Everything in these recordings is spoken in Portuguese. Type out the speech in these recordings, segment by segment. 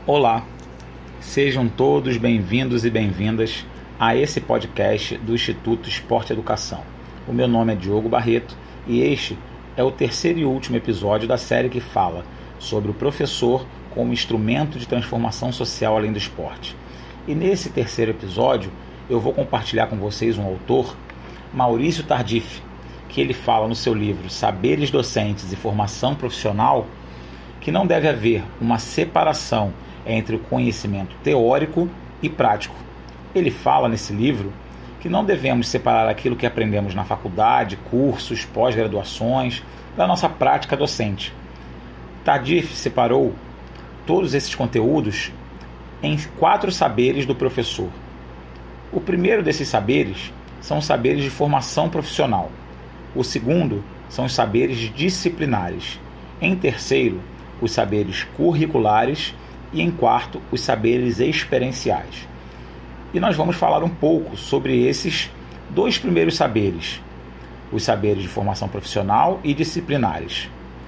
Olá, sejam todos bem-vindos e bem-vindas a esse podcast do Instituto Esporte Educação. O meu nome é Diogo Barreto e este é o terceiro e último episódio da série que fala sobre o professor como instrumento de transformação social além do esporte. E nesse terceiro episódio eu vou compartilhar com vocês um autor, Maurício Tardif, que ele fala no seu livro Saberes Docentes e Formação Profissional que não deve haver uma separação entre o conhecimento teórico e prático. Ele fala nesse livro que não devemos separar aquilo que aprendemos na faculdade, cursos, pós-graduações, da nossa prática docente. Tardif separou todos esses conteúdos em 4 saberes do professor. O primeiro desses saberes são os saberes de formação profissional. O segundo são os saberes disciplinares. Em terceiro, os saberes curriculares e, em quarto, os saberes experienciais. E nós vamos falar um pouco sobre esses 2 primeiros saberes, os saberes de formação profissional e disciplinares.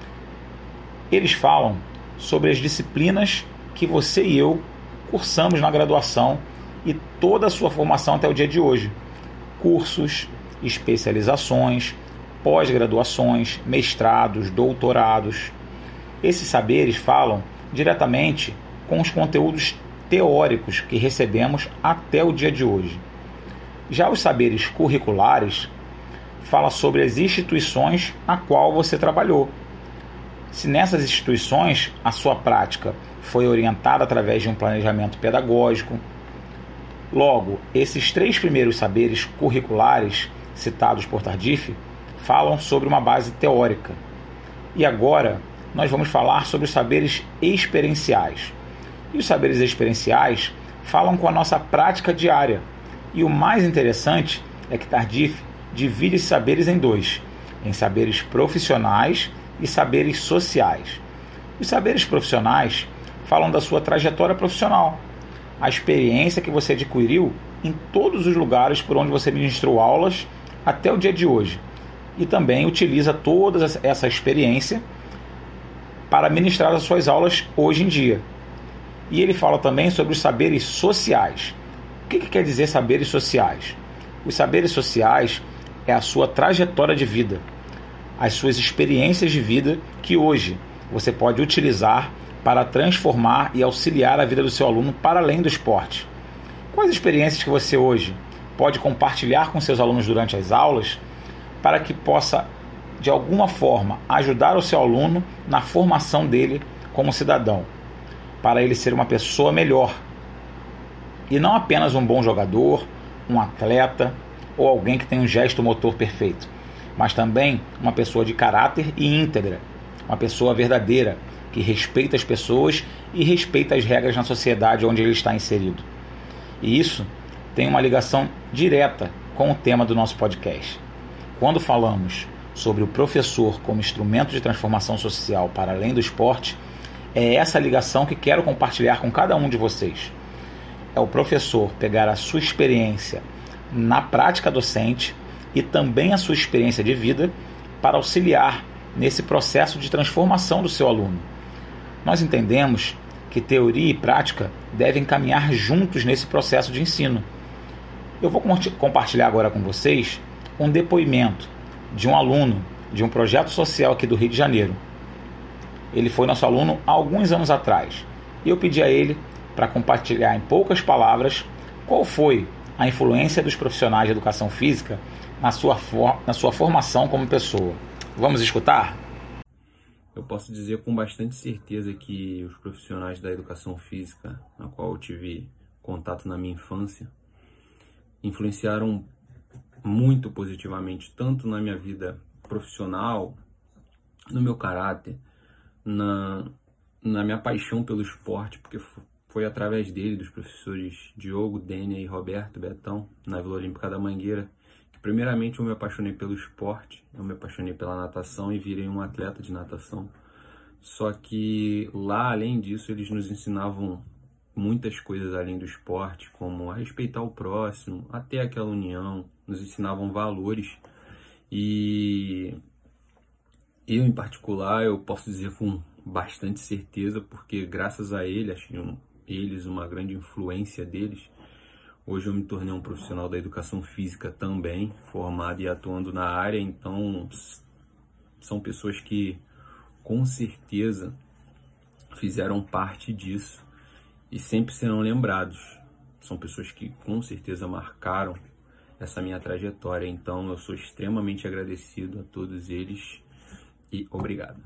Eles falam sobre as disciplinas que você e eu cursamos na graduação e toda a sua formação até o dia de hoje. Cursos, especializações, pós-graduações, mestrados, doutorados. Esses saberes falam diretamente com os conteúdos teóricos que recebemos até o dia de hoje. Já os saberes curriculares falam sobre as instituições na qual você trabalhou. Se nessas instituições a sua prática foi orientada através de um planejamento pedagógico. Logo, esses 3 primeiros saberes curriculares citados por Tardif falam sobre uma base teórica. E agora nós vamos falar sobre os saberes experienciais. E os saberes experienciais falam com a nossa prática diária. E o mais interessante é que Tardif divide esses saberes em 2, em saberes profissionais e saberes sociais. Os saberes profissionais falam da sua trajetória profissional, a experiência que você adquiriu em todos os lugares por onde você ministrou aulas até o dia de hoje. E também utiliza toda essa experiência para ministrar as suas aulas hoje em dia. E ele fala também sobre os saberes sociais. O que quer dizer saberes sociais? Os saberes sociais é a sua trajetória de vida, as suas experiências de vida que hoje você pode utilizar para transformar e auxiliar a vida do seu aluno para além do esporte. Quais experiências que você hoje pode compartilhar com seus alunos durante as aulas para que possa, de alguma forma, ajudar o seu aluno na formação dele como cidadão, para ele ser uma pessoa melhor e não apenas um bom jogador, um atleta ou alguém que tem um gesto motor perfeito, mas também uma pessoa de caráter e íntegra, uma pessoa verdadeira que respeita as pessoas e respeita as regras na sociedade onde ele está inserido. E isso tem uma ligação direta com o tema do nosso podcast. Quando falamos sobre o professor como instrumento de transformação social para além do esporte, é essa ligação que quero compartilhar com cada um de vocês. É o professor pegar a sua experiência na prática docente e também a sua experiência de vida para auxiliar nesse processo de transformação do seu aluno. Nós entendemos que teoria e prática devem caminhar juntos nesse processo de ensino. Eu vou compartilhar agora com vocês um depoimento de um aluno de um projeto social aqui do Rio de Janeiro. Ele foi nosso aluno há alguns anos atrás e eu pedi a ele para compartilhar em poucas palavras qual foi a influência dos profissionais de educação física na sua formação como pessoa. Vamos escutar? Eu posso dizer com bastante certeza que os profissionais da educação física, na qual eu tive contato na minha infância, influenciaram muito positivamente, tanto na minha vida profissional, no meu caráter, na minha paixão pelo esporte, porque foi através dele, dos professores Diogo, Dênia e Roberto Betão, na Vila Olímpica da Mangueira, que primeiramente eu me apaixonei pelo esporte, eu me apaixonei pela natação e virei um atleta de natação. Só que lá, além disso, eles nos ensinavam muitas coisas além do esporte, como a respeitar o próximo, até aquela união, nos ensinavam valores. E eu, em particular, eu posso dizer com bastante certeza, porque graças a ele, acho eles uma grande influência deles, hoje eu me tornei um profissional da educação física também, formado e atuando na área. Então são pessoas que com certeza fizeram parte disso e sempre serão lembrados. São pessoas que com certeza marcaram essa minha trajetória. Então eu sou extremamente agradecido a todos eles e obrigado.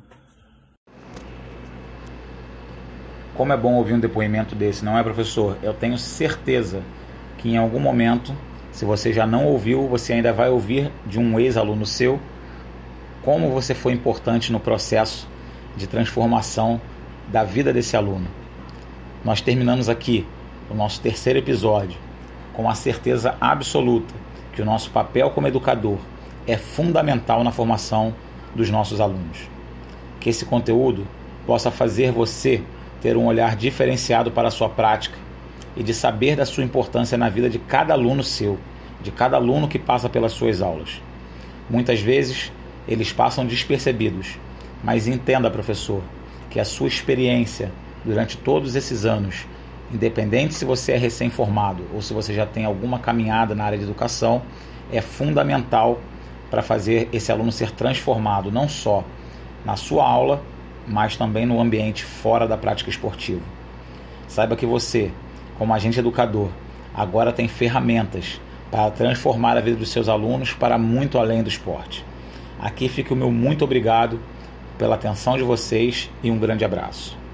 Como é bom ouvir um depoimento desse, não é, professor? Eu tenho certeza que em algum momento, se você já não ouviu, você ainda vai ouvir de um ex-aluno seu como você foi importante no processo de transformação da vida desse aluno. Nós terminamos aqui o nosso terceiro episódio com a certeza absoluta que o nosso papel como educador é fundamental na formação dos nossos alunos. Que esse conteúdo possa fazer você ter um olhar diferenciado para a sua prática e de saber da sua importância na vida de cada aluno seu, de cada aluno que passa pelas suas aulas. Muitas vezes eles passam despercebidos, mas entenda, professor, que a sua experiência durante todos esses anos, independente se você é recém-formado ou se você já tem alguma caminhada na área de educação, é fundamental para fazer esse aluno ser transformado, não só na sua aula, mas também no ambiente fora da prática esportiva. Saiba que você, como agente educador, agora tem ferramentas para transformar a vida dos seus alunos para muito além do esporte. Aqui fica o meu muito obrigado pela atenção de vocês e um grande abraço.